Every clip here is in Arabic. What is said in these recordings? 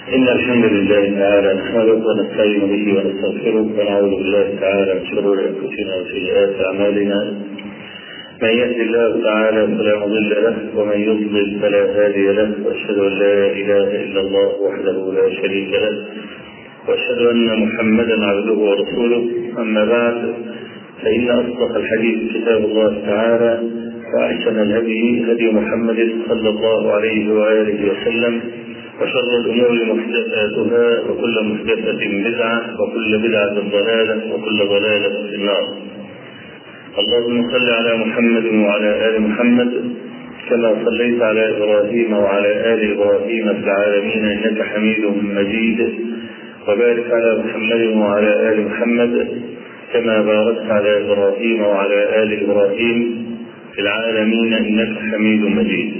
إن الحمد لله تعالى نحمده ونستعين به ونستغفره ونعوذ بالله تعالى من شرور أنفسنا وسيئات أعمالنا. من يهد الله تعالى فلا مضل له ومن يضلل فلا هادي له، وأشهد أن لا إله إلا الله وحده لا شريك له، وأشهد أن محمدا عبده ورسوله. أما بعد، فإن أصدق الحديث كتاب الله تعالى، وأحسن الهدي هدي محمد صلى الله عليه وآله وسلم، وشر الأمور محدثاتها، وكل محدثة بدعة، وكل بدعة ضلالة، وكل ضلالة في النار. اللهم صل على محمد وعلى آل محمد كما صليت على إبراهيم وعلى آل إبراهيم في العالمين إنك حميد مجيد، وبارك على محمد وعلى آل محمد كما باركت على إبراهيم وعلى آل إبراهيم في العالمين إنك حميد مجيد.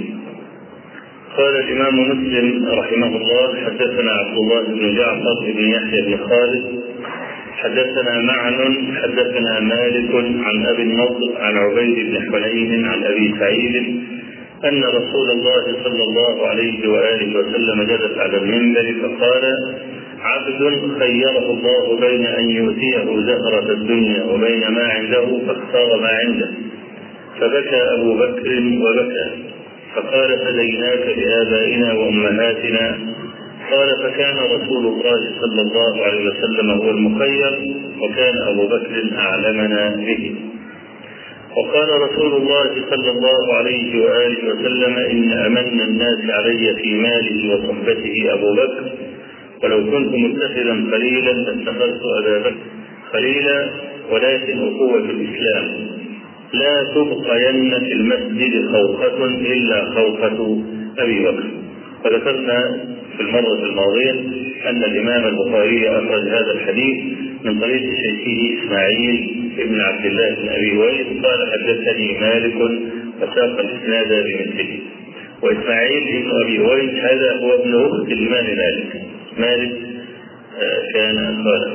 قال الإمام مسلم رحمه الله: حدثنا عبد الله بن جعفر بن يحيى بن خالد حدثنا معن حدثنا مالك عن أبي النضر عن عبيد بن حنين عن أبي سعيد أن رسول الله صلى الله عليه وآله وسلم جلس على المنبر فقال: عبد خيره الله بين أن يؤتيه زهرة الدنيا وبين ما عنده فاختار ما عنده، فبكى أبو بكر وبكى، فقال: فديناك بآبائنا وأمهاتنا. قال: فكان رسول الله صلى الله عليه وسلم هو المخير، وكان أبو بكر أعلمنا به. وقال رسول الله صلى الله عليه وآله وسلم: إن أمن الناس علي في ماله وصحبته أبو بكر، ولو كنت متخذا خليلا لاتخذت أبا بكر خليلا، ولكن أخوة الإسلام لا تبقين في المسجد خوخة إلا خوخة أبي بكر. وذكرنا في المرة الماضية أن الإمام البخاري أخرج هذا الحديث من طريق شيخه إسماعيل بن عبد الله بن أبي ويس قال: حدثني مالك، وساق الإسناد بمثله. وإسماعيل بن أبي ويس هذا هو ابن أخت الإمام مالك كان خاله.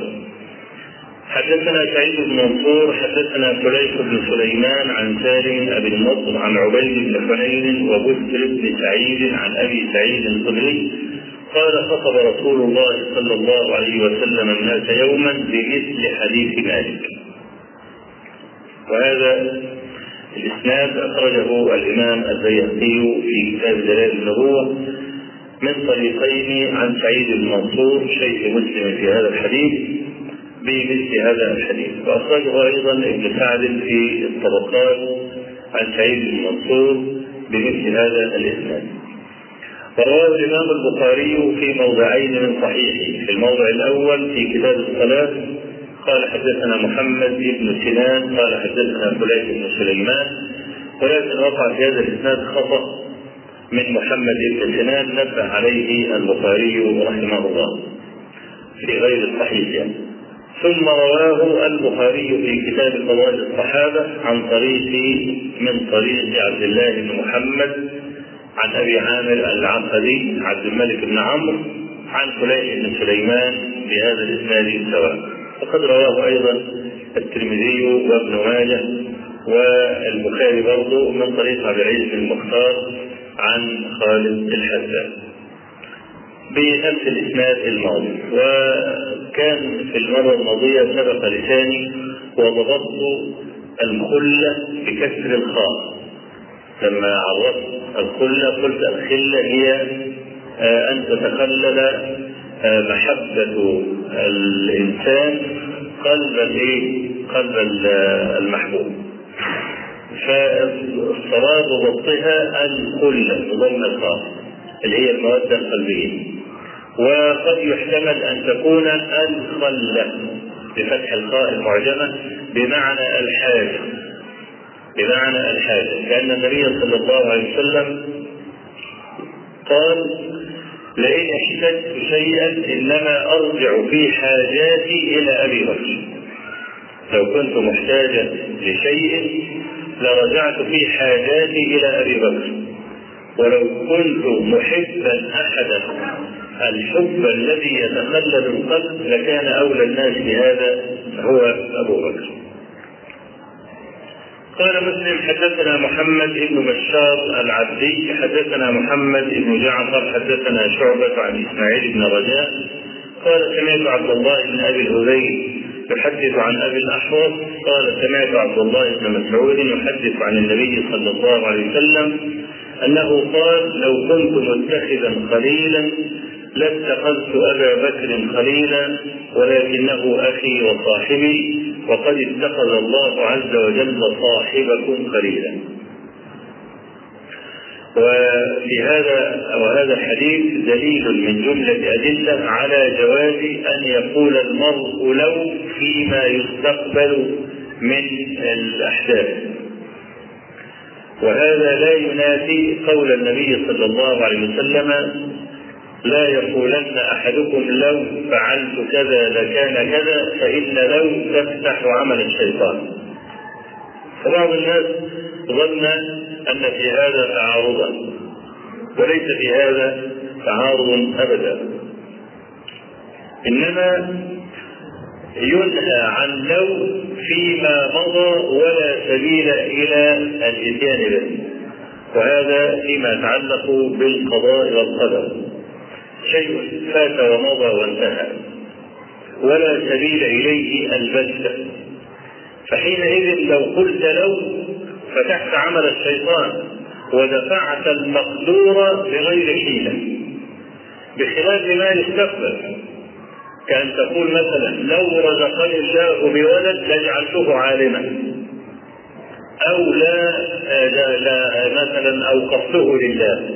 حدثنا سعيد بن منصور حدثنا فليح بن سليمان عن سالم أبي النضر عن عبيد بن حنين وبسر بن سعيد عن أبي سعيد الخدري قال: خطب رسول الله صلى الله عليه وسلم الناس يوما بمثل حديث مالك. وهذا الإسناد أخرجه الإمام البيهقي في كتاب دلائل النبوة من طريقين عن سعيد بن منصور شيخ مسلم في هذا الحديث بمثل هذا الحديث، وأخرجه أيضا ابن سعد في الطبقات عن سعيد بن منصور بمثل هذا الإسناد. ورواه الإمام البخاري في موضعين من صحيحه. في الموضع الأول في كتاب الصلاة قال: حدثنا محمد بن سنان قال: حدثنا فليح بن سليمان، ولكن وقع في هذا الإسناد خطأ من محمد بن سنان نبه عليه البخاري رحمه الله في غير الصحيح يعني. ثم رواه البخاري في كتاب فضائل الصحابة من طريق عبد الله بن محمد عن أبي عامر العقدي عبد الملك بن عمرو عن فليح بن سليمان بهذا الإسناد سواء. وقد رواه أيضا الترمذي وابن ماجه والبخاري برضه من طريق عبد العزيز بن المختار عن خالد الحذاء بنفس الإسناد الماضي. وكان في المرة الماضية سبق لساني وضبطت الخلة بكسر الخاء. لما عرفت الخلة قلت الخلة هي أن تتخلل محبة الإنسان قلب المحبوب، فالصواب ضبطها الخلة بضم الخاء اللي هي المودة القلبية. وقد يحتمل أن تكون الخلة بفتح الخاء المعجمة بمعنى الحاجة، لأن النبي صلى الله عليه وسلم قال: لئن احتجت شيئا إنما أرجع في حاجاتي إلى أبي بكر. لو كنت محتاجا لشيء لرجعت في حاجاتي إلى أبي بكر، ولو كنت محبا أحدا الحب الذي يتخلل القلب لكان أولى الناس بهذا هو أبو بكر. قال مسلم: حدثنا محمد بن بشار العبدي حدثنا محمد بن جعفر حدثنا شعبة عن إسماعيل بن رجاء قال: سمعت عبد الله بن أبي الهذيل يحدث عن أبي الأحوص قال: سمعت عبد الله بن مسعود يحدث عن النبي صلى الله عليه وسلم أنه قال: لو كنت متخذا خليلا لاتخذت أبا بكر خليلا ولكنه أخي وصاحبي وقد اتخذ الله عز وجل صاحبكم خليلا. وفي هذا الحديث دليل من جملة أدلة على جواز أن يقول المرء لو فيما يستقبل من الأحداث، وهذا لا ينافي قول النبي صلى الله عليه وسلم: لا يقولن أحدكم لو فعلت كذا لكان كذا، فإن لو تفتح عمل الشيطان. فبعض الناس ظن أن في هذا تعارضا، وليس في هذا تعارض أبدا، إنما ينهى عن لو فيما مضى ولا سبيل إلى الإتيان به، وهذا فيما يتعلق بالقضاء والقدر، شيء فات ومضى وانتهى ولا سبيل إليه البتة، فحينئذ لو قلت لو فتحت عمل الشيطان ودفعت المقدور بغير حيلة، بخلاف ما يستقبل، كأن تقول مثلا: لو رزقني الله بولد لجعلته عالما، أو لا مثلا أوقفته لله،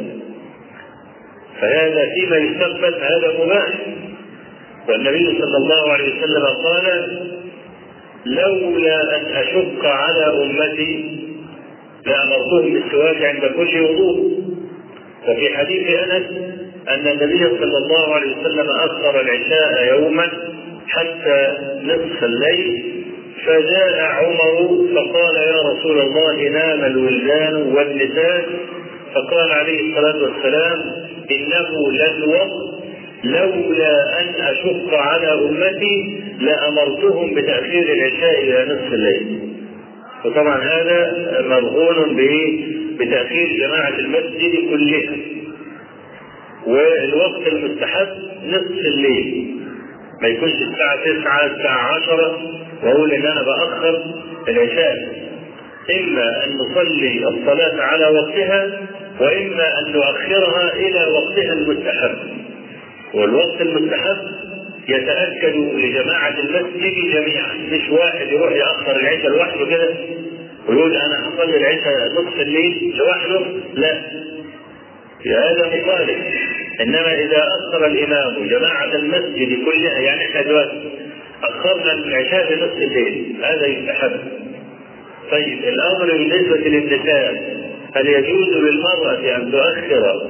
فهذا فيما يستقبل هذا مباح. والنبي صلى الله عليه وسلم قال: لولا أن أشق على أمتي لأمرتهم بالسواك عند كل وضوء. وفي حديث أنس أن النبي صلى الله عليه وسلم أخر العشاء يوما حتى نصف الليل، فجاء عمر فقال: يا رسول الله نام الولدان والنساء، فقال عليه الصلاة والسلام: إنه للوقت لولا أن أشق على أمتي لأمرتهم بتأخير العشاء إلى نصف الليل. وطبعا هذا مرهون بتأخير جماعة المسجد كلها، والوقت المستحب نصف الليل، ما يكونش الساعة 9 الساعة 10 وأقول إن أنا بأخر العشاء، إما أن نصلي الصلاة على وقتها وإما أن نؤخرها إلى وقتها المستحب. والوقت المستحب يتأكد لجماعة المسجد جميعا، مش واحد يروح يأخر العشاء لوحده كده ويقول أنا أصلي العشاء نصف الليل لوحده، لا، في هذا مخالف. إنما إذا أخر الإمام جماعة المسجد كلها، يعني احنا دلوقتي أخرنا العشاء لنصف الليل، هذا يستحب. طيب الأمر بالنسبة للنساء، هل يجوز للمرأة أن تؤخر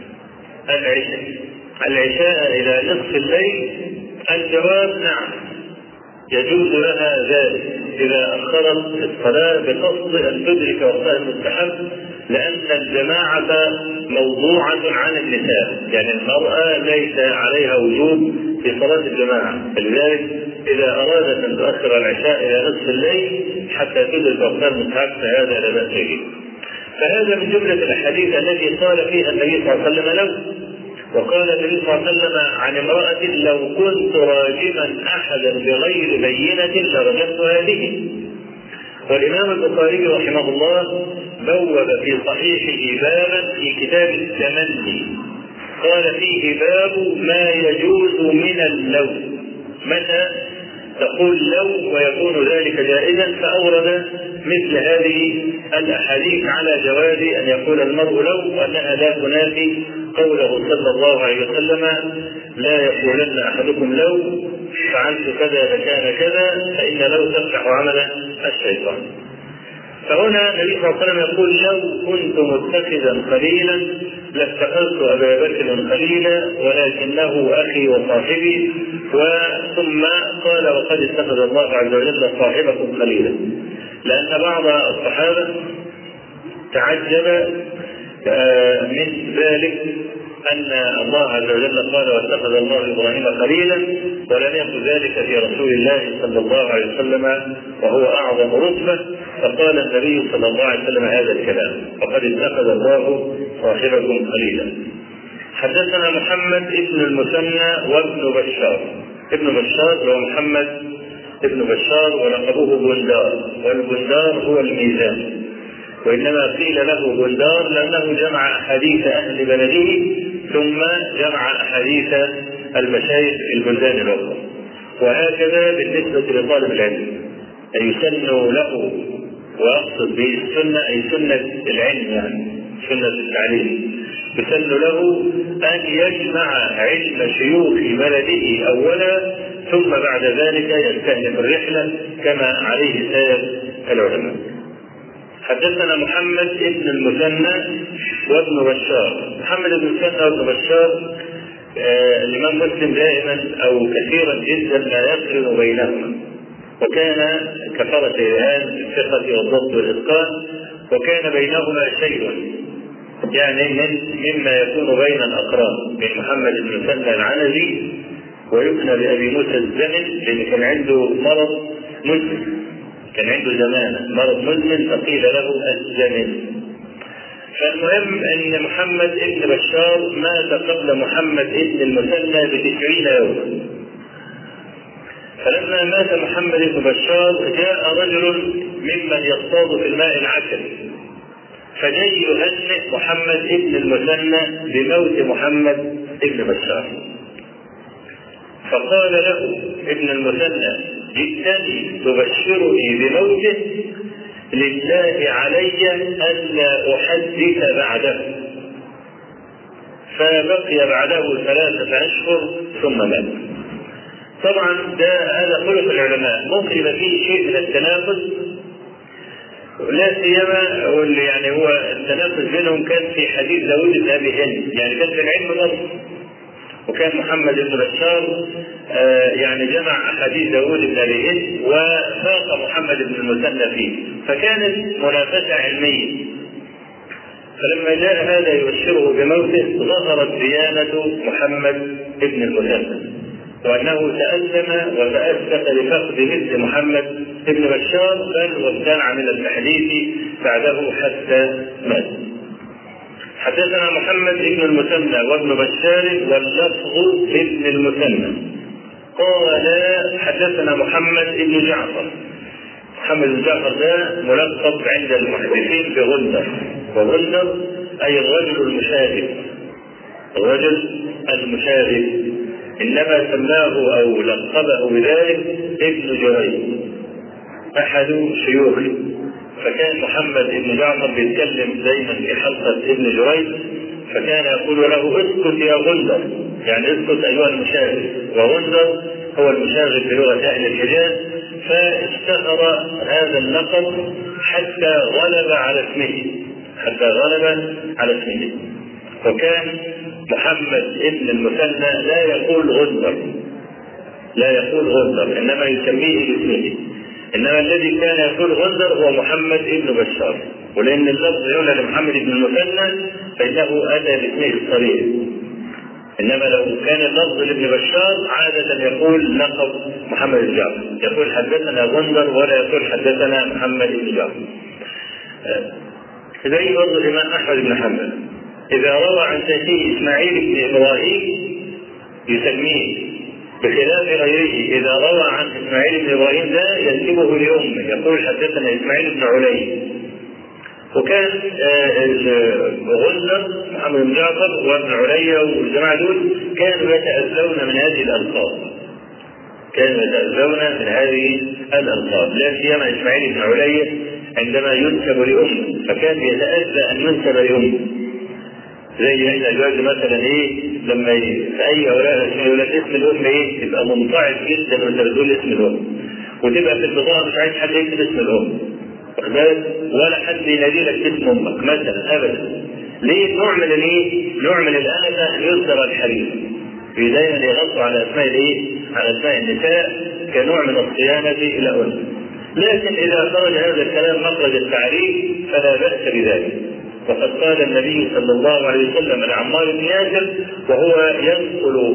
العشاء إلى نصف الليل؟ الجواب نعم، يجوز لها ذلك إذا أخرت الصلاة بقصد أن تدرك وقتها المستحب، لأن الجماعة موضوعة عن النساء، يعني المرأة ليس عليها وجوب في صلاة الجماعة، فلذلك إذا أرادت أن تؤخر العشاء إلى نصف الليل حتى تدرك وقتها المستحب فهذا لا بأس به. فهذا من جملة الأحاديث التي قال فيها النبي صلى الله عليه وسلم لو. وقال النبي صلى الله عليه وسلم عن امرأة: لو كنت راجما أحدا بغير بينة لرجمت هذه. والإمام البخاري رحمه الله بوب في صحيحه بابا في كتاب التمني قال فيه: باب ما يجوز من اللو، متى تقول لو ويكون ذلك جائزا، فأورد مثل هذه الأحاديث على جواز أن يقول المرء لو، وأنها لا تنافي قوله صلى الله عليه وسلم: لا يقولن أحدكم لو فعلت كذا لكان كذا، فإن لو تفتح عمل الشيطان. فهنا النبي صلى الله عليه وسلم يقول: لو كنت متخذا خليلا لاتخذت أبا بكر خليلا ولكنه أخي وصاحبي، ثم قال: وقد اتخذ الله عز وجل صاحبكم خليلا، لأن بعض الصحابة تعجب من ذلك أن الله عز وجل قال: واتخذ الله إبراهيم خليلا، ولم يكن ذلك في رسول الله صلى الله عليه وسلم وهو أعظم رتبة، فقال النبي صلى الله عليه وسلم هذا الكلام: وقد اتخذ الله صاحبكم خليلا. حدثنا محمد ابن المثنى وابن بشار. ابن بشار هو محمد ابن بشار ولقبه بندار، والبندار هو الميزان، وإنما قيل له بندار لأنه جمع أحاديث أهل بلده ثم جمع أحاديث المشايخ في البلدان الأخرى. وهكذا بالنسبة لطالب العلم أن يسن له، وأقصد به السنة أي سنة العلم، يعني سنة التعليم، يسن له أن يجمع علم شيوخ بلده أولا ثم بعد ذلك يستهدف الرحلة كما عليه سائر العلماء. حدثنا محمد بن المثنى وابن بشار. محمد بن المثنى وابن بشار الإمام مسلم دائما أو كثيرا جدا ما يقرن بينهما، وكان كثرة الإيمان الثقة والضبط والإتقان، وكان بينهما شيء يعني مما يكون بين الأقران، بين محمد بن المثنى العنزي ويكنى بأبي موسى الزمن، لأن كان عنده مرض مزمن، كان عنده زمانة مرض مزمن فقيل له الزمن. فالمهم أن محمد بن بشار مات قبل محمد بن المثنى ب90 يوما. فلما مات محمد بن بشار جاء رجل ممن يصطاد في الماء العكر، فجاء يهنئ محمد بن المثنى بموت محمد بن بشار، فقال له ابن المثنى: جئتني تبشرني بموته، لله علي ألا أحدث بعده. فبقي بعده 3 أشهر ثم مات. طبعا هذا خلق العلماء، ممكن يبقى فيه شيء من التناقض، لا سيما واللي يعني هو التناقض بينهم كان في حديث داود بن أبي هند، يعني كان في العلم الأصل، وكان محمد بن بشار يعني جمع أحاديث داود بن أبي هند وفاق محمد بن المثنى فيه، فكانت منافسة علمية. فلما جاء هذا يبشره بموته ظهرت ديانة محمد بن المثنى، وأنه تألم وتأسف لفقد مثل محمد بن بشار، بل وابتدع من التحديث بعده حتى مات. حدثنا محمد بن المثنى وابن بشار واللفظ لابن المثنى قال: حدثنا محمد بن جعفر. محمد بن جعفر ده ملقب عند المحدثين بغندر، وغندر أي الرجل المشاغب، الرجل المشاغب، إنما سماه أو لقبه بذلك ابن جريج أحد شيوخه. فكان محمد بن جعفر بيتكلم دائما في حلقة ابن جريج، فكان يقول له: اسكت يا غندر، يعني اسكت أيها المشاغب، وغندر هو المشاغب بلغة أهل الحجاز. فاشتهر هذا اللقب حتى غلب على اسمه، وكان محمد بن المثنى لا يقول غندر، إنما يسميه باسمه، إنما الذي كان يقول غندر هو محمد بن بشار، ولأن اللفظ يولى لمحمد بن المثنى فإنه أتى باسمه الصريح، إنما لو كان اللفظ لابن بشار عادة يقول لقب محمد بن جعفر، يقول حدثنا غندر ولا يقول حدثنا محمد بن جعفر. زي برضه الإمام أحمد بن حنبل إذا روى عن شيخه إسماعيل بن إبراهيم يسميه، بخلاف غيره إذا روى عن إسماعيل بن إبراهيم ده ينسبه لأمه، يقول حدثنا إسماعيل بن علي. وكان غندر محمد بن جعفر وابن علي والجماعة دول كانوا يتأذون من هذه الألقاب، لا سيما إسماعيل بن علي عندما ينسب لأمه فكان يتأذى أن ينسب لأمه، زي هنا الجواز مثلا لما في أي أوراق يقول اسم الأم يبقى منطعف جدا وأنت بتقول اسم الأم، وتبقى في البطاقة مش عايز حد يكتب اسم الأم ولا حد ينادي لك اسم أمك مثلا أبدا. ليه؟ نوع من الآلة أن يصدر الحديث، دائما يغطوا على أسماء النساء كنوع من الصيانة إلى أنثى. لكن إذا خرج هذا الكلام مخرج التعريف فلا بأس بذلك. وقد قال النبي صلى الله عليه وسلم لعمار بن ياسر وهو ينقل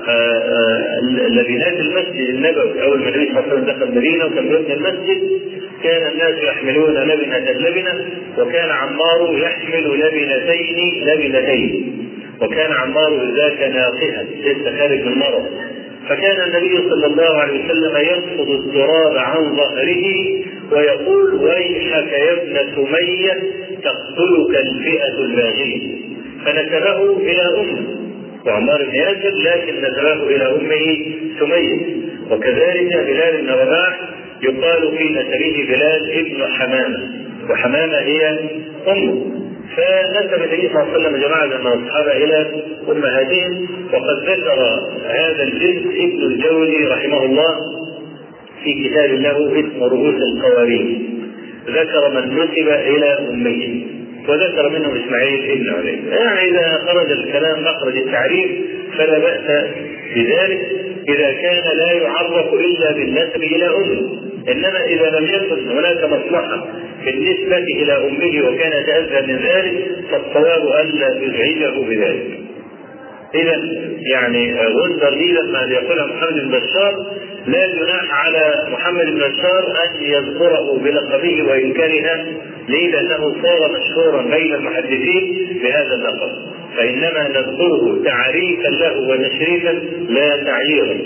لبنات المسجد النبوي. أول ما النبي صلى الله عليه وسلم دخل المدينة وكان يبني المسجد كان الناس يحملون لبنة، وكان عمار يحمل لبنتين، وكان عمار ذاك ناقها لسه خارج من المرض. فكان النبي صلى الله عليه وسلم ينفض التراب عن ظهره ويقول: ويحك يا ابن سمية تقتلك الفئة الباغية. فنسبه إلى أمه وعمار بن ياسر، لكن نسبه إلى أمه سمية. وكذلك بلال بن رباح يقال في نسبه بلال ابن حمامة، وحمامة هي أمه. فنسب النبي صلى الله عليه وسلم جماعة من الصحابة إلى أمهاتهم. وقد ذكر هذا الجزء ابن الجوزي رحمه الله في كتاب له اسمه رؤوس القوارير، ذكر من نسب إلى أمه، وذكر منهم إسماعيل ابن علي. يعني إذا خرج الكلام مخرج التعريف فلا بأس بذلك إذا كان لا يعرف إلا بالنسب إلى أمه. إنما إذا لم يكن هناك مصلحة بالنسبة إلى أمه وكان يتأذى من ذلك فالصواب ألا تزعجه بذلك. إذا يعني غندر لي لما يقولها محمد بن بشار لا جناح على محمد بن بشار أن يذكره بلقبه وإن كره، لأنه صار مشهورا بين المحدثين بهذا اللقب، فإنما نذكره تعريفا له وتشريفا لا تعييرا.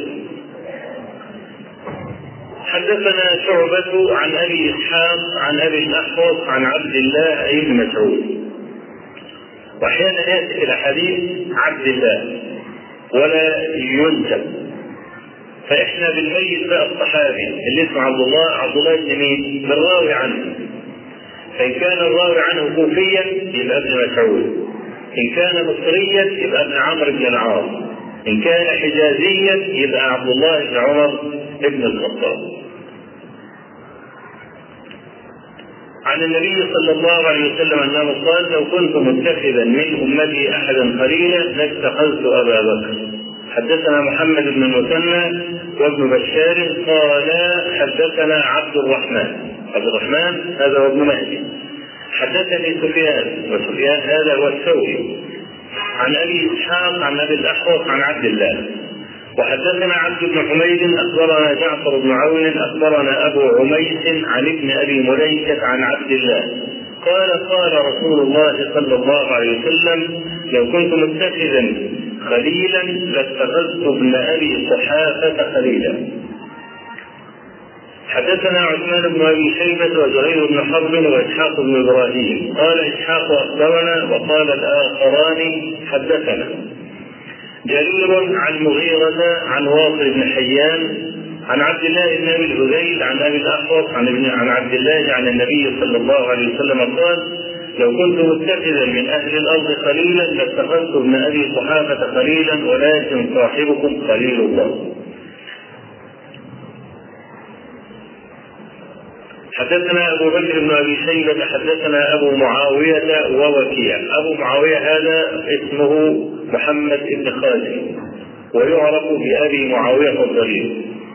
حدثنا شعبة عن أبي إسحاق عن أبي الأحوص عن عبد الله بن مسعود. وأحيانا يأتي إلى حديث عبد الله ولا ينسب، فإحنا بنميز بقى الصحابي اللي اسمه عبد الله بن مين؟ بالراوي عنه. فإن كان الراوي عنه كوفيا يبقى ابن مسعود، إن كان مصريا يبقى ابن عمرو بن العاص، إن كان حجازيا يبقى عبد الله بن عمر بن الخطاب. عن النبي صلى الله عليه وسلم أنه قال: لو كنت متخذا من أمتي أحدا خليلا لاتخذت أبا بكر. حدثنا محمد بن المثنى وابن بشار قال حدثنا عبد الرحمن هذا هو ابن مهدي. حدثني سفيان، وسفيان هذا هو الثوري، عن أبي إسحاق عن أبي الأحوص عن عبد الله. وحدثنا عبد بن حميد أخبرنا جعفر بن عون أخبرنا أبو عميس عن ابن أبي مليكة عن عبد الله قال: قال رسول الله صلى الله عليه وسلم: لو كنت متخذا خليلا لاتخذت ابن أبي قحافة خليلا. حدثنا عثمان بن أبي شيبة وزهير بن حرب وإسحاق بن إبراهيم. قال إسحاق أخبرنا، وقال الآخران حدثنا جرير عن مغيرة عن واصل بن حيان عن عبد الله بن أبي الهذيل عن أبي الأحوص عن عبد الله عن النبي صلى الله عليه وسلم قال: لو كنت متخذا من أهل الأرض خليلا لاتخذت ابن أبي قحافة خليلا، ولكن صاحبكم خليل الله. حدثنا أبو بكر بن أبي شيبة حدثنا أبو معاوية ووكيع. أبو معاوية هذا اسمه محمد بن خالد ويعرف بأبي معاوية الضرير.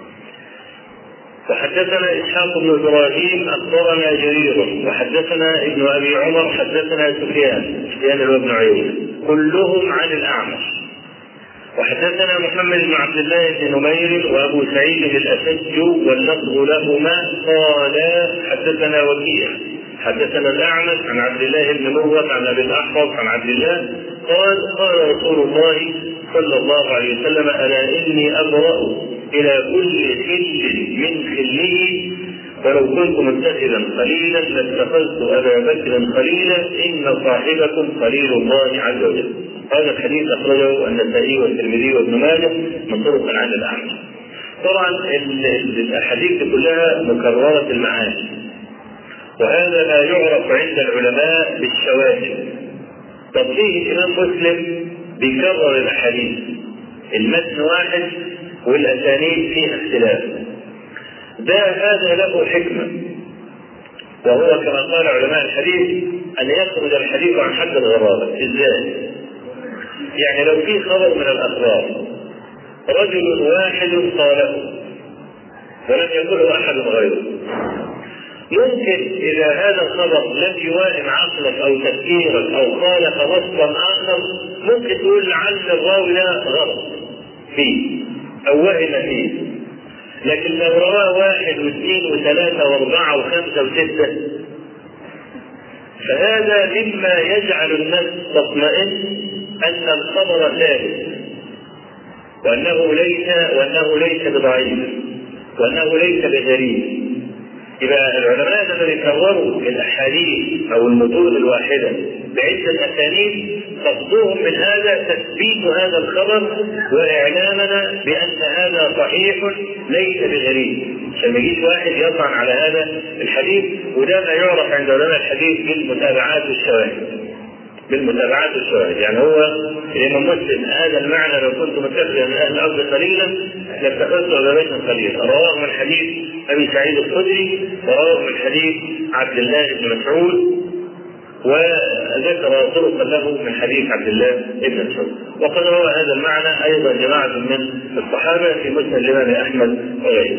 وحدثنا إسحاق بن إبراهيم أخبرنا جرير وحدثنا ابن أبي عمر حدثنا سفيان بن عيينة كلهم عن الأعمش. وحدثنا محمد بن عبد الله بن نمير وأبو سعيد الأشج واللفظ لهما قال حدثنا وكيع حدثنا الأعمش عن عبد الله بن مرة عن أبي الأحوص عن عبد الله قال: قال رسول الله صلى الله عليه وسلم: ألا إني أبرأ إلى كل خل من خله، ولو كنت متخذا خليلا لاتخذت أبا بكر خليلا، إن صاحبكم خليل الله عز وجل. هذا الحديث أخرجه النسائي والترمذي وابن ماجه من طرق عن الأعمش. طبعا الأحاديث كلها مكررة المعاني، وهذا لا يعرف عند العلماء بالشواهد. طب فيه الإمام مسلم بيكرر الأحاديث، المتن واحد والأسانيد فيها اختلاف، هذا له حكمة، وهو كما قال علماء الحديث أن يخرج الحديث عن حد الغرابة. إزاي؟ يعني لو في خبر من الأخبار رجل واحد قاله ولم يقله أحد غيره، ممكن إذا هذا الخبر لم يوائم عقلك أو تفكيرك أو خالف وصفا آخر ممكن تقول لعل الراوي ده غلط، فيه أو وهم فيه. لكن لو رواه 1 و2 و3 و4 و5 و6 فهذا مما يجعل الناس تطمئن أن الخبر ثابت، وأنه ليس بضعيف، وأنه ليس بغريب. يبقى العلماء لما يكرروا الأحاديث أو المتون الواحدة بعدة أسانيد قصدهم من هذا تثبيت هذا الخبر وإعلامنا بأن هذا صحيح ليس بغريب، عشان ما يجيش واحد يطعن على هذا الحديث. وده ما يعرف عند علماء الحديث بالمتابعات والشواهد. يعني هو الإمام مسلم هذا المعنى لو كنت متخذا من أهل الأرض قليلا لاتخذت علماء قليلا. رواه من حديث أبي سعيد الخدري، ورواه من حديث عبد الله بن مسعود، وذكر طرقا له من حديث عبد الله بن مسعود. وقد روى هذا المعنى أيضا جماعة من الصحابة في مسند الإمام أحمد وغيره.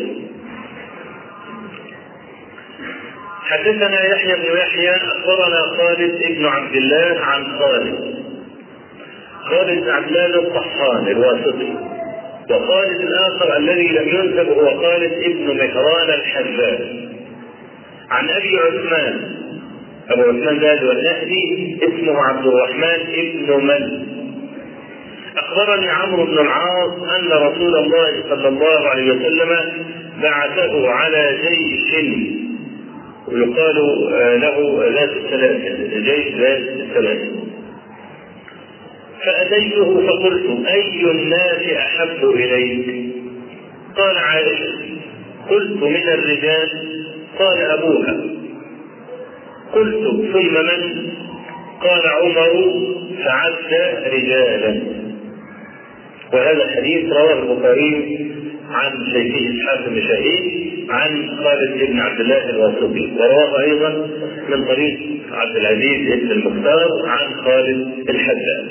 حدثنا يحيى بن يحيى أخبرنا خالد بن عبد الله عن خالد بن عبد الله الطحان الواسطي، وخالد الآخر الذي لم ينسب هو خالد بن مهران الحجاج عن أبي عثمان. أبو عثمان ذا والنهدي اسمه عبد الرحمن بن من. أخبرني عمرو بن العاص أن رسول الله صلى الله عليه وسلم بعثه على جيش ويقال له ذات السلاسل، جيش ذات السلاسل. فأتيته فقلت أي الناس أحب إليك؟ قال عائشة. قلت من الرجال؟ قال أبوها. قلت ثم من؟ قال عمر، فعد رجالا. وهذا الحديث رواه البخاري عن شيخه إسحاق بن شهيد عن خالد بن عبد الله الواسطي، ورواه أيضا من طريق عبد العزيز بن المختار عن خالد الحجاج.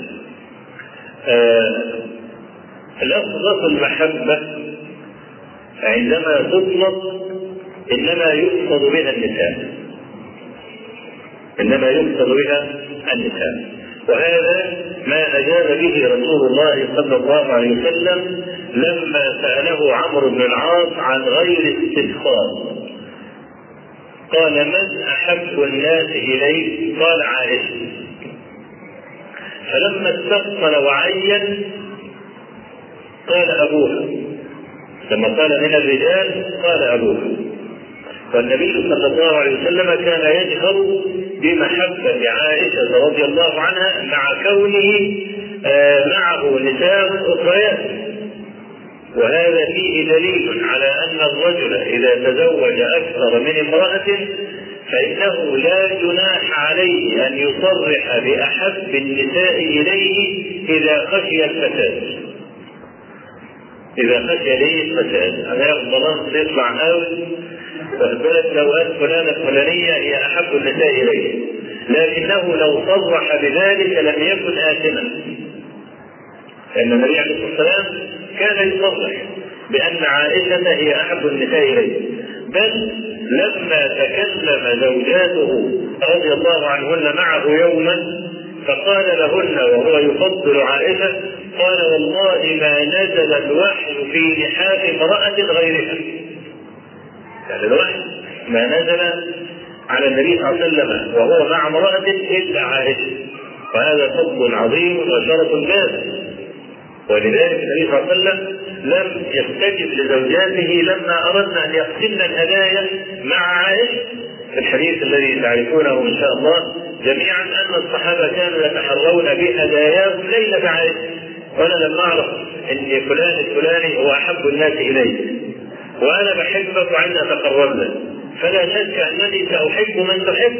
لفظة المحبة عندما تطلق إنما يقصد بها النساء، وهذا ما أجاب به رسول الله صلى الله عليه وسلم لما سأله عمرو بن العاص عن غير استفخار. قال من أحب الناس إليك؟ قال عائشة. فلما استفصل وعين قال أبوها. لما قال من الرجال قال أبوها. والنبي صلى الله عليه وسلم كان يجهر بمحبة عائشة رضي الله عنها مع كونه معه نساء أخريات، وهذا فيه دليل على أن الرجل إذا تزوج أكثر من امرأة فإنه لا جناح عليه أن يصرح بأحب النساء إليه إذا خشي الفساد. أنا يغضبان يطلع أول فالبلد لو قال فلانة فلانية هي أحب النساء إليه، لكنه لو صرح بذلك لم يكن آثما، لأن النبي عليه الصلاة والسلام كان يصرح بأن عائشة هي أحب النساء إليه. بل لما تكلم زوجاته رضي الله عنهن معه يوما فقال لهن وهو يفضل عائشة، قال والله ما نزل الوحي في لحاف امرأة غيرها. يعني الوحي ما نزل على النبي صلى الله عليه وسلم وهو مع امرأة إلا عائشة، وهذا فضل عظيم وشرف جاد. ولذلك النبي صلى الله عليه وسلم لم يستجب لزوجاته لما أردنا أن يقسمن الهدايا مع عائشة في الحديث الذي تعرفونه إن شاء الله جميعا، أن الصحابة كانوا يتحرون بهداياهم ليلة عائشة. وأنا لما أعرف أن فلان الفلاني هو أحب الناس إلي وأنا بحبك وعندي أتقرب لك، فلا شك أنني سأحب من تحب.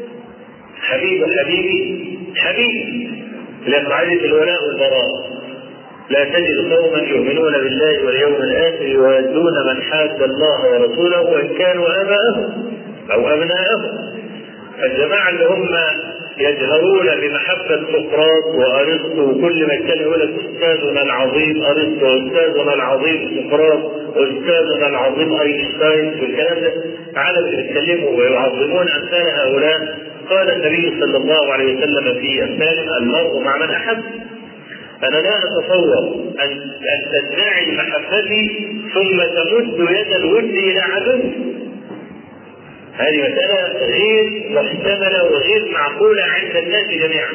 حبيبي لقاعدة الولاء والبراء. لا تجد قوما يؤمنون بالله واليوم الآخر يوادون من حاد الله ورسوله وإن كانوا آباءهم أو أبناءهم. الجماعة اللي هم يجهرون بمحبة سقراط وأرسطو وكل ما كان يقول لك أستاذنا العظيم أرسطو وأستاذنا العظيم سقراط وأستاذنا العظيم أينشتاين والكلام ده، عالم بيتكلموا ويعظمون أمثال هؤلاء. قال النبي صلى الله عليه وسلم في أمثالهم المرء مع من أحب. أنا لا أتصور أن تدعي محبتي ثم تمد يد الود إلى عدو. هذه مسألة غير محتملة وغير معقولة عند الناس جميعا.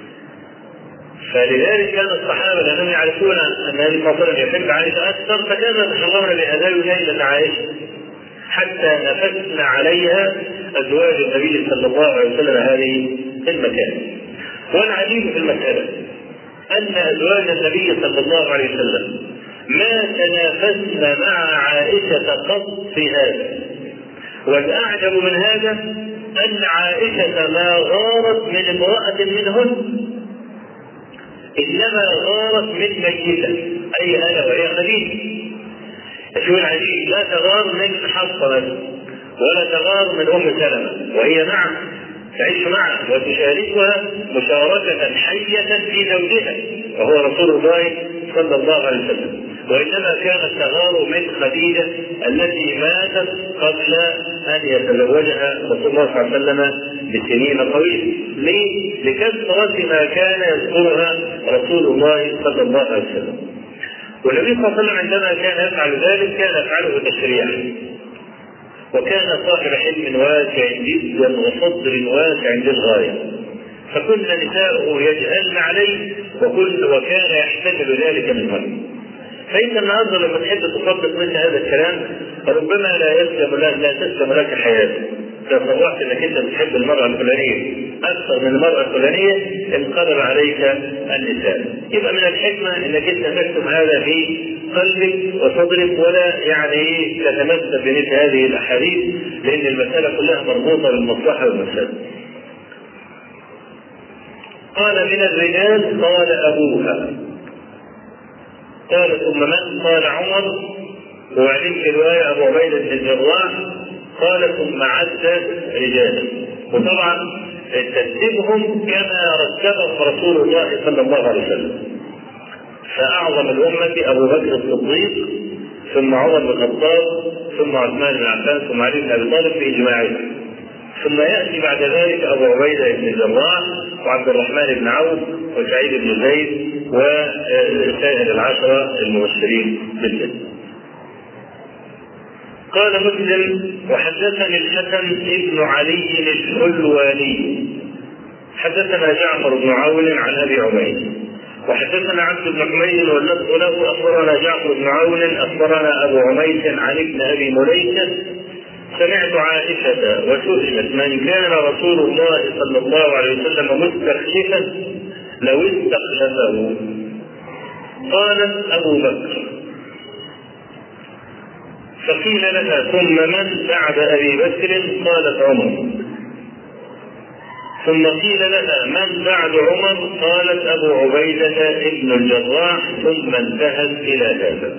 فلذلك كان الصحابة لأنهم يعرفون أن النبي صلى الله عليه وسلم يحب عائشة أكثر، فكانوا يتحرون بأداء ليلة عائشة حتى نفسنا عليها أزواج النبي صلى الله عليه وسلم هذه المكان. والعجيب في المسألة أن أزواج النبي صلى الله عليه وسلم ما تنافسن مع عائشة قط في هذا. والأعجب من هذا أن عائشة ما غارت من امرأة منهن، إنما غارت من ميتة، أي أنا وهي خديجة. شو العجيب؟ لا تغار من حفصة ولا تغار من أم سلمة، وهي معه تعيش معه وتشاركها مشاركة حية في زوجها وهو رسول الله صلى الله عليه وسلم. وإنما كانت تغار من خديجة التي ماتت قبل أن يتزوجها رسول الله صلى الله عليه وسلم بسنين طويلة. ليه؟ لكثرة ما كان يذكرها رسول الله صلى الله عليه وسلم. والنبي صلى الله عليه وسلم عندما كان يفعل ذلك كان يفعله تشريعا، وكان صاحب حلم واسع جدا وصدر واسع للغاية، فكل نساؤه يجهلن عليه وكان يحتمل ذلك من غيره. فإنت النهارده لما تحب تصدق مثل هذا الكلام ربما لا تسلم لك حياتك. لو صرحت انك انت بتحب المرأة الفلانية اكثر من المرأة الفلانية انقلب عليك النساء. يبقى من الحكمة انك انت تكتم هذا في قلبك وصدرك، ولا يعني تتمسك بمثل هذه الاحاديث، لان المسألة كلها مربوطة بالمصلحة والمفسدة. قال من الرجال قال ابوها. قال ثم من؟ قال عمر، وبعدين في رواية ابو عبيدة بن الجراح قال ثم عد رجالا. وطبعا ترتيبهم كما رتبهم رسول الله صلى الله عليه وسلم. فأعظم الأمة أبو بكر الصديق، ثم عمر بن الخطاب، ثم عثمان بن عفان، ثم علي بن أبي طالب في إجماعهم. ثم يأتي بعد ذلك أبو عبيدة بن الجراح وعبد الرحمن بن عوف وسعيد بن زيد وسائر العشرة المبشرين بالجنة. قال مسلم وحدثني الحسن بن علي الحلواني حدثنا جعفر بن عون عن ابي عبيد وحدثنا عبد بن حميد واللفظ له اخبرنا جعفر بن عون اخبرنا ابو عميس عن ابن ابي مليكه سمعت عائشه وسئلت من كان رسول الله صلى الله عليه وسلم مستخلفا لو استخلفه؟ قالت ابو بكر. فقيل لها ثم من بعد أبي بكر؟ قالت عمر. ثم قيل لها من بعد عمر؟ قالت أبو عبيدة ابن الجراح، ثم انتهت إلى هذا.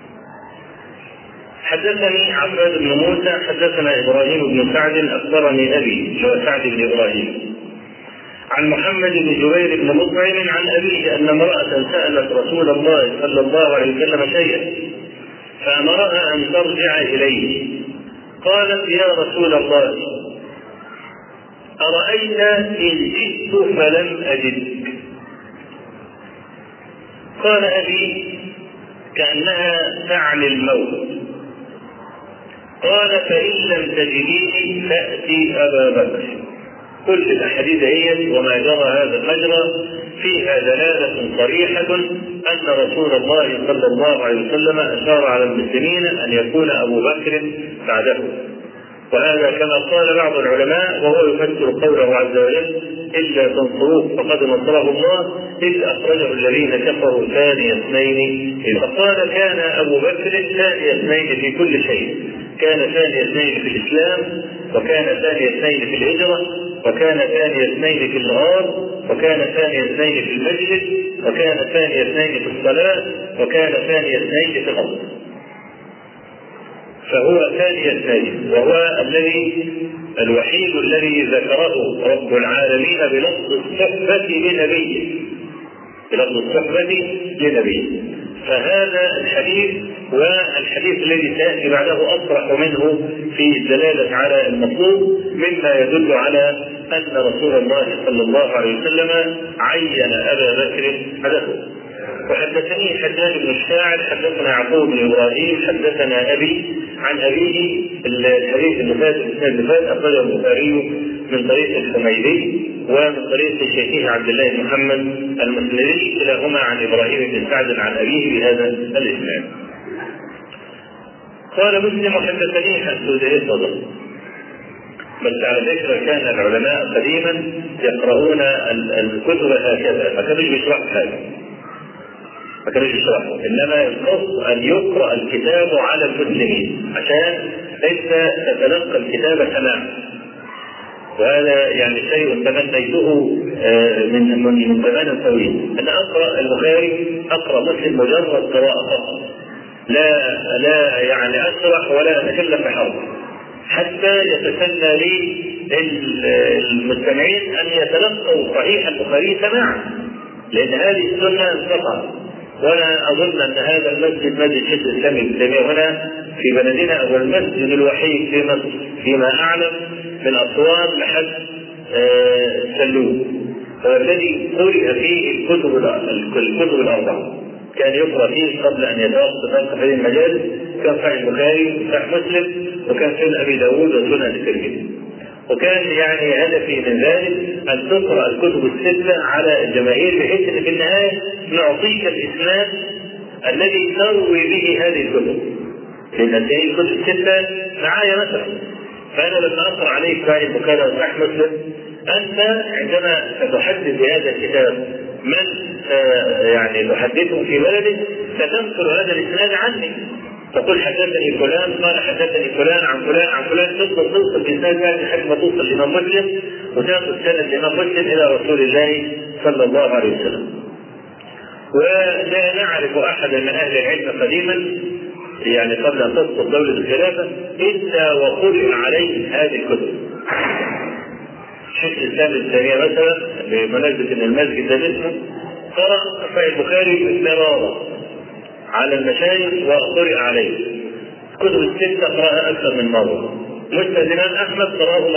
حدثني عباد بن موسى حدثنا إبراهيم بن سعد أخبرني أبي سعد بن إبراهيم عن محمد بن جبير بن مطعم عن أبيه أن امرأة سألت رسول الله صلى الله عليه وسلم شيئا فأمرها أن ترجع إليه. قالت يا رسول الله أرأيت إن جئت فلم أجدك؟ قال أبي كأنها تعني الموت. قال فإن لم تجديني فأتي أبا بكر. كل الأحاديث هي وما جرى هذا المجرى فيها دلالة صريحة أن رسول الله صلى الله عليه وسلم أشار على المسلمين أن يكون أبو بكر بعده. وهذا كما قال بعض العلماء وهو يفسر قوله عز وجل إلا تنصروه فقد نصره الله إذ أخرجه الذين كفروا ثاني اثنين. فقال كان أبو بكر ثاني اثنين في كل شيء. كان ثاني اثنين في الإسلام، وكان ثاني اثنين في الهجرة، وكان ثاني اثنين في الغار، وكان ثاني اثنين في المسجد، وكان ثاني اثنين في الصلاة، وكان ثاني اثنين في الغضب. فهو ثاني اثنين، وهو الوحيد الذي ذكره رب العالمين بلفظ الصحبة لنبيه. فهذا الحديث والحديث الذي سيأتي بعده أصرح منه في الدلالة على المطلوب، مما يدل على أن رسول الله صلى الله عليه وسلم عين أبا بكر بعده. وحدثني حجاج بن الشاعر حدثنا يعقوب بن ابراهيم حدثنا ابي عن ابيه. الحديث اللي فات اخرجه البخاري من طريق الحميدي ومن طريق شيخه عبد الله بن محمد المسندي كلاهما عن ابراهيم بن سعد عن ابيه بهذا الاسناد. قال مسلم حدثني حسودي صدق. بس على فكرة كان العلماء قديما يقرؤون الكتب هكذا، ما كانوش بيشرحوا حاجة، ما كانوش يشرحوا، انما القصد ان يقرأ الكتاب على المسلمين عشان انت تتلقى الكتاب سماعا. وهذا يعني شيء تمنيته من زمان طويل، ان اقرأ البخاري اقرأ مسلم مجرد قراءة فقط، لا يعني اشرح ولا اتكلم بحرف، حتى يتسنى لي المستمعين ان يتلقوا صحيح البخاري سماعا، لان هذه السنه انقطعت. وانا اظن ان هذا المسجد مسجد شيخ الاسلام ابن تيميه هنا في بلدنا هو المسجد الوحيد في مصر فيما اعلم من اسوان لحد السلوم، والذي قرئ فيه الكتب الاربعه. كان يقرأ فيه قبل أن يتوقف في هذه المجالس، كان صحيح البخاري وصحيح مسلم وكان سنن أبي داود وسنن الترمذي. وكان يعني هدفي من ذلك أن تقرأ الكتب الستة على الجماهير، بحيث أن في النهاية نعطيك الإسناد الذي تروي به هذه الكتب. لأن هذه الكتب الستة معايا مثلا، فأنا لما أقرأ عليك صحيح البخاري وصحيح مسلم، أنت عندما تتحدث بهذا الكتاب من يعني تحدثه في بلدك ستنقل هذا الإسناد عني، تقول حدثني فلان قال حدثني فلان عن فلان عن فلان، توصل بإسناد ذلك لحد ما توصل لإمام مسلم وتأخذ سند الإمام مسلم إلى رسول الله صلى الله عليه وسلم. ولا نعرف أحدا من أهل العلم قديما يعني قبل أن تسقط دولة الخلافة إلا وقرئ عليه هذه الكتب. شيخ الإسلام ابن تيمية مثلا بمناسبة أن المسجد ده اسمه قرأ صحيح البخاري مرارا على المشايخ وقرئ عليه. كتب الستة قرأها أكثر من مرة. مسند الإمام أحمد قرأه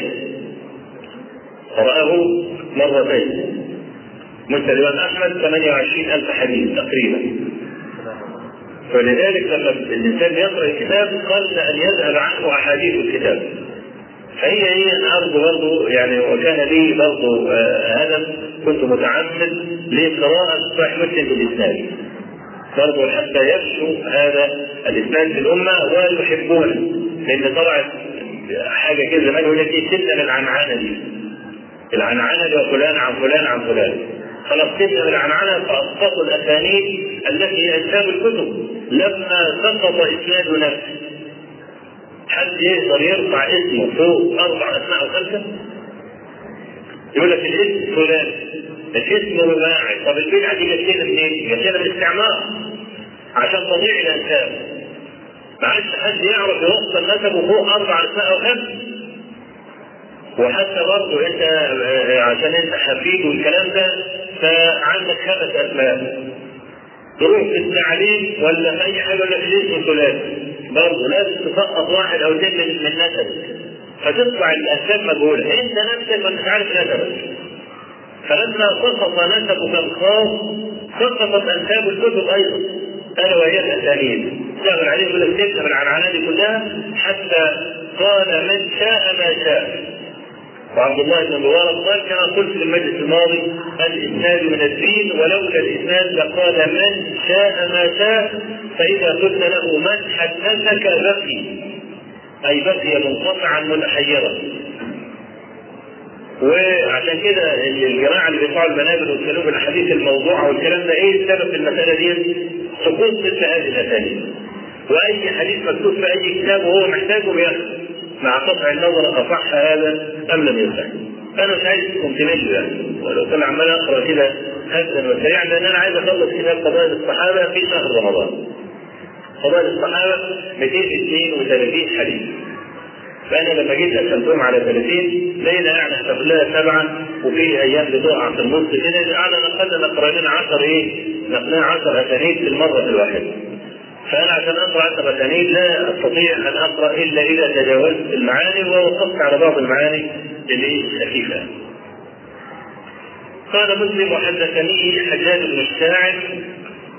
مرتين. مسند الإمام أحمد 28,000 حديث تقريبا. فلذلك لما الإنسان يقرأ الكتاب قل أن يذهب عنه أحاديث الكتاب. فهي أرجو برضه يعني، وكان لي برضه هدف كنت متعمد لقراءة صحيح مسلم بالإسناد برضه حتى يفشوا هذا الإسناد في الأمة ويحبونه، لأن طبعا حاجة كده زمان يقول لك سيبنا من العنعنة دي وفلان عن فلان عن فلان، خلاص سيبنا من العنعنة فأسقطوا الأسانيد التي هي أنساب الكتب لما سقط إسناد نفسه. حد يقدر يرفع اسمه فوق 4 أسماء أو 5؟ يقول لك الاسم فلان، الاسم رباعي. طب البدعة دي جت منين؟ جت من الاستعمار عشان تضيع الأنساب. ما عادش حد يعرف يوصل نسبه فوق 4 أسماء أو 5. وحتى برضه أنت عشان أنت حفيد والكلام ده فعندك 5 أسماء، تروح في التعليم ولا في أي حاجة ولا في الاسم فلان، برضه لازم تسقط 1 أو 2 من نسبك، فتطلع الأنساب مجهولة، أنت نفسك ما أنتش عارف نسبك. فلما سقط نسبك الخاص سقطت أنساب الكتب أيضا، ألا وهي الأسانيد. شغل عليه يقول لك تكتب العنعنات كلها حتى قال من شاء ما شاء. وعبد الله بن مبارك قال كما قلت في المجلس الماضي الإسناد من الدين، ولولا الإسناد لقال من شاء ما شاء. فإذا قلت له من حدثك بقي، أي بقي منقطعا متحيرا. وعشان كده الجماعة اللي بيطلعوا المنابر ويتكلموا بالأحاديث الموضوعة والكلام ده إيه السبب في المسألة دي؟ سقوط مثل هذه الأسانيد. وأي حديث مكتوب في أي كتاب وهو محتاجه بياخده مع قطع النظر أصح هذا أم لم يصح. أنا مش عايزكم تملوا يعني، ولو كان عمال أقرأ كده هزا وسريعا، لأن أنا عايز أخلص كتاب فضائل الصحابة في شهر رمضان. فضائل الصحابة 232 حديث، فأنا لما جيت قسمتهم على 30 لقينا يعني هتاخد لها 7، وفي أيام بتقع في النص كده، على الأقل نقرأ لنا 10 أسانيد في المرة الواحدة. فأنا عشان أقرأ 10 أسانيد لا أستطيع أن أقرأ إلا إذا تجاوزت المعاني ووقفت على بعض المعاني اللي خفيفة. قال مسلم وحدثني حجاج بن الشاعر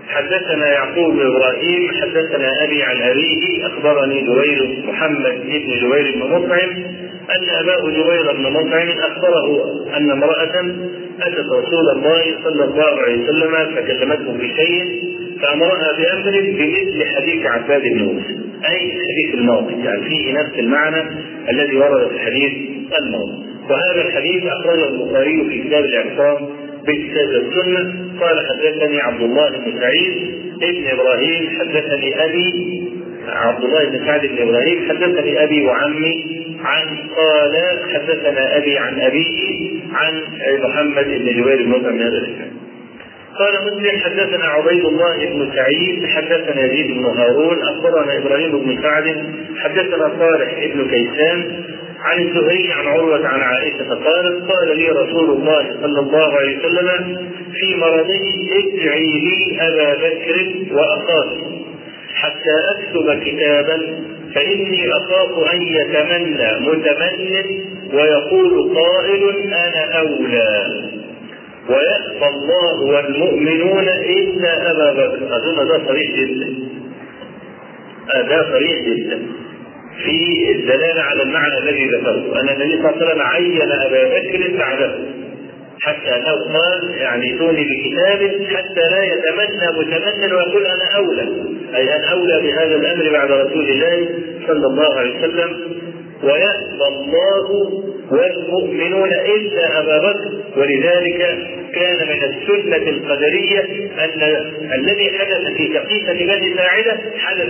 حدثنا يعقوب بن ابراهيم حدثنا ابي عن ابيه اخبرني جبير محمد بن جبير بن مطعم ان اباه جبير بن مطعم اخبره ان امراه اتت رسول الله صلى الله عليه وسلم فكلمته بشيء فامرها بامر بمثل حديث عباد بن موسى، اي الحديث الماضي، يعني فيه نفس المعنى الذي ورد في الحديث الماضي. وهذا الحديث اخرجه البخاري في كتاب الاعتصام بكتاب السنه. قال حدثني عبد الله بن سعيد ابن ابراهيم حدثني ابي عبد الله بن سعد بن ابراهيم حدثني ابي وعمي عن قال حدثنا ابي عن ابيه عن محمد بن جبير بن مطعم. هذا الاسلام. قال مسلم حدثنا عبيد الله بن سعيد حدثنا يزيد بن هارون اخبرنا ابراهيم بن سعد حدثنا صالح بن كيسان عن الزهري عن عروة عن عائشة قالت قال لي رسول الله صلى الله عليه وسلم في مرضه ادعي لي أبا بكر وأخاك حتى أكتب كتابا فإني أخاف أن يتمنى متمن ويقول قائل أنا أولى ويأبى الله والمؤمنون إلا أبا بكر. أظن ده صريح جدا، ده صريح جدا في الدلالة على المعنى الذي ذكرته، أن النبي صلى الله عليه وسلم عين أبا بكر بعده حتى أنه قال يعني ائتوني بكتاب حتى لا يتمنى متمن ويقول أنا أولى، أي أنا أولى بهذا الأمر بعد رسول الله صلى الله عليه وسلم. ويأبى الله والمؤمنون إلا أبا بكر. ولذلك كان من السنة القدرية أن الذي حدث في سقيفة بني ساعدة حدث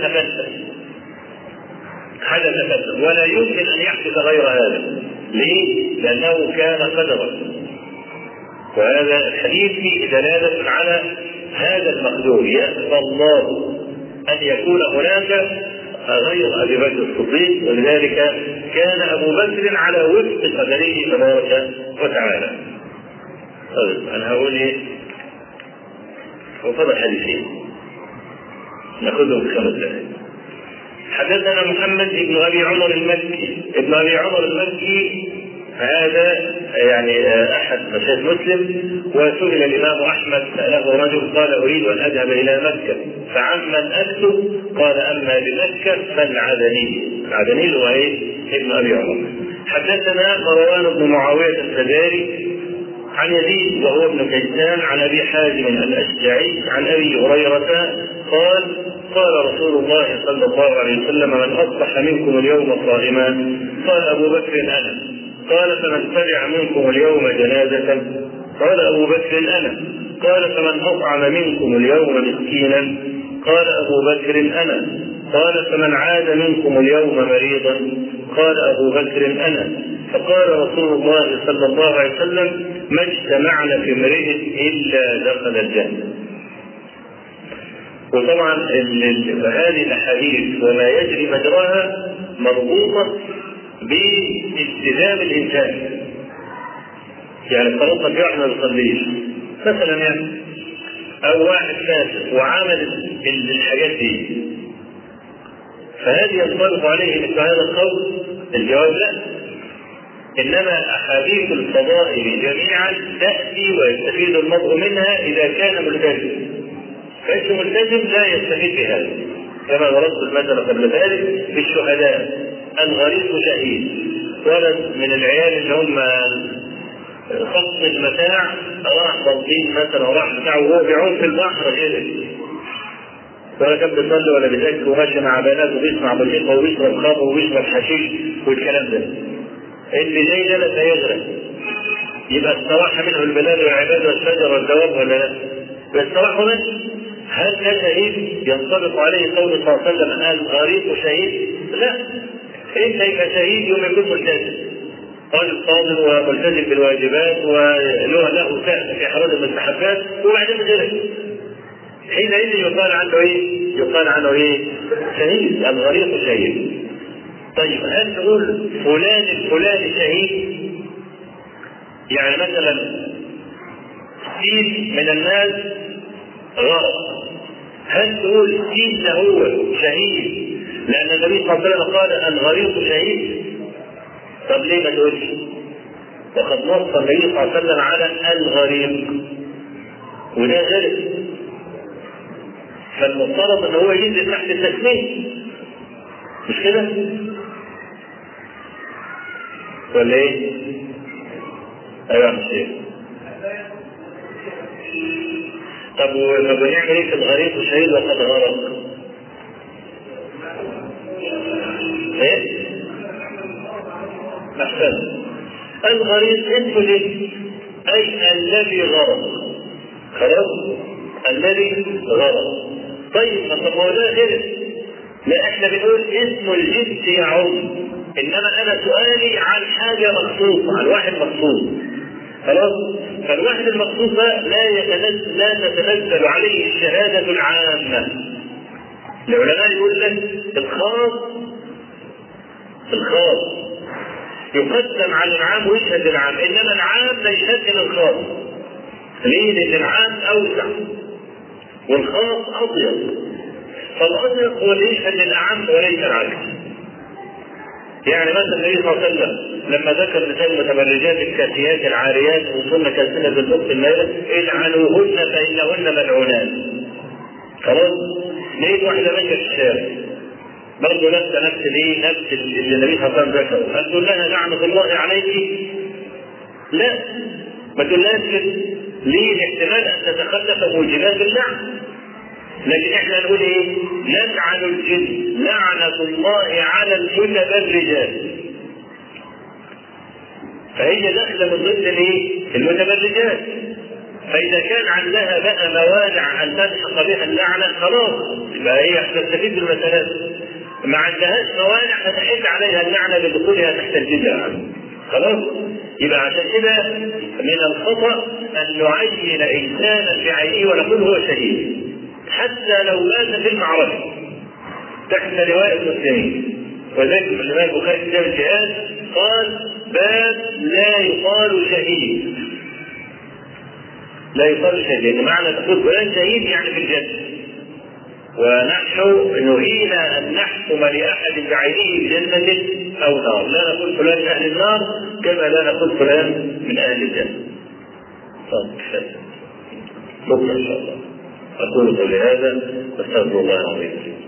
فسد ولا يمكن أن يحدث غير هذا. ليه؟ لأنه كان قدرا. وهذا الحديث فيه دلالة على هذا المقدور، يأبى الله أن يكون هناك غير أبي بكر الصديق، ولذلك كان أبو بكر على وفق قدره تبارك وتعالى. طيب أنا هقول إيه؟ وفضل حديثين نأخذهم في 5 دقائق. حدثنا محمد بن أبي عمر المكي. ابن أبي عمر المكي هذا يعني أحد مشايخ مسلم، وسئل الإمام أحمد له رجل قال أريد أن أذهب إلى مكة فعمن أكتب؟ قال أما بمكة فالعدني هو ابن أبي عمر. حدثنا مروان بن معاوية الفزاري عن يزيد وهو ابن كيسان عن أبي حازم الأشجعي عن أبي هريرة قال قال رسول الله صلى الله عليه وسلم من أصبح منكم اليوم صائما؟ قال أبو بكر أنا. قال فمن تبع منكم اليوم جنازة؟ قال أبو بكر أنا. قال فمن أطعم منكم اليوم مسكينا؟ قال أبو بكر أنا. قال فمن عاد منكم اليوم مريضا؟ قال أبو بكر أنا. فقال رسول الله صلى الله عليه وسلم ما اجتمعنا في امرئ إلا دخل الجنة. وطبعا هذه الأحاديث وما يجري مجراها مربوطة بالتزام الإنسان. يعني فرضنا في واحد ما بيصليش مثلا يعني، أو واحد فاسق وعمل الحاجات دي، فهل ينطبق عليه مثل هذا القول؟ الجواب لا. إنما أحاديث الفضائل جميعا تأتي ويستفيد المرء منها إذا كان ملتزم، فإنه ملتزم لا يستفيد بهذا. كما ضربت المثل قبل ذلك في الشهداء، الغريق شهيد، ولد من العيال اللي هم خط المتاع راح بلطيم مثلا وراح بتاعه وهو بيعوم في البحر غيره، ولا كان بيصلي ولا بيذاكر وماشي مع بنات وبيسمع موسيقى وبيشرب خمر وبيشرب حشيش والكلام ده، اللي زي ده لا يغرق. يبقى استراح منه البلاد والعباد والشجر والدواب ولا لا؟ باستراحوا منه. هل ده شهيد ينطبق عليه قول صلى الله عليه وسلم الغريق شهيد؟ لا. انت يبقى شهيد يوم يكون ملتزم، قال صادق وملتزم بالواجبات وله سهل في احراز المستحبات وبعدين غيره، حينئذ يقال عنه ايه؟ يقال عنه ايه؟ شهيد، الغريق شهيد. طيب هل نقول فلان الفلاني شهيد؟ يعني مثلا كثير من الناس غرق، هل نقول كثير هو شهيد لأن النبي صلى الله عليه وسلم قال الغريق شهيد؟ طب ليه ما تقولش؟ وقد نص النبي صلى الله عليه وسلم على الغريق وده غرق، فالمفترض ان هو ينزل تحت التسميه، مش كده؟ ولا ايه؟ ايوه مش ايه. طب ونعمل ايه في الغريق والشهيد وقد غرق؟ ايه؟ احسن. الغريق اسمه ليه؟ اي الذي غرق. خلاص؟ الذي غرق. طيب طب هو ده غير؟ لا احنا بنقول اسم الجنس يعم، انما انا سؤالي عن حاجه مخصوصه، عن واحد مخصوص. خلاص؟ فالواحد المخصوص لا تتنزل عليه الشهاده العامه. العلماء يقول لك الخاص يقدم على العام ويشهد العام، انما العام لا يشهد الخاص. ليه؟ لان العام اوسع والخاص اضيق، فالاضيق هو اللي يشهد الاعم وليس العكس. يعني مثلا النبي صلى الله عليه وسلم لما ذكر مثال المتبرجات الكاسيات العاريات وصلنا كاسنة بالبخت المائلة العنوهن فانهن ملعونات. خلاص؟ لقيت واحده ماشيه في الشارع برضه نفس اللي النبي صلى الله عليه وسلم ذكره، هل تقول لها لعنه الله عليك؟ لا، ما تقولهاش كده. ليه؟ الاحتمال ان تتخلف موجبات اللعن. لكن احنا نقول ايه؟ نلعن الجن لعنة الله على المتبرجات. فهي داخله من ضمن الايه؟ المتبرجات. فاذا كان عندها بقى موانع ان تلحق بها اللعنه خلاص يبقى هي هتستفيد بالمسألة. ما عندهاش موانع فتحل عليها اللعنه بدخولها تحت البدعه. خلاص؟ يبقى عشان كده من الخطأ ان نعين انسانا بعينه ونقول هو شهيد حتى لو مات في المعركه تحت لواء المسلمين. وذلك الامام البخاري في كتاب الجهاد قال باب لا يقال شهيد. لا يقال شهيد معنى تقول فلان شهيد يعني في الجنه. ونحن نهينا ان نحكم لاحد بعينه بجنه او نار، لا نقول فلان من اهل النار كما لا نقول فلان من اهل الجنه. بكره ان شاء الله. اقول قولي هذا واستغفر الله العظيم.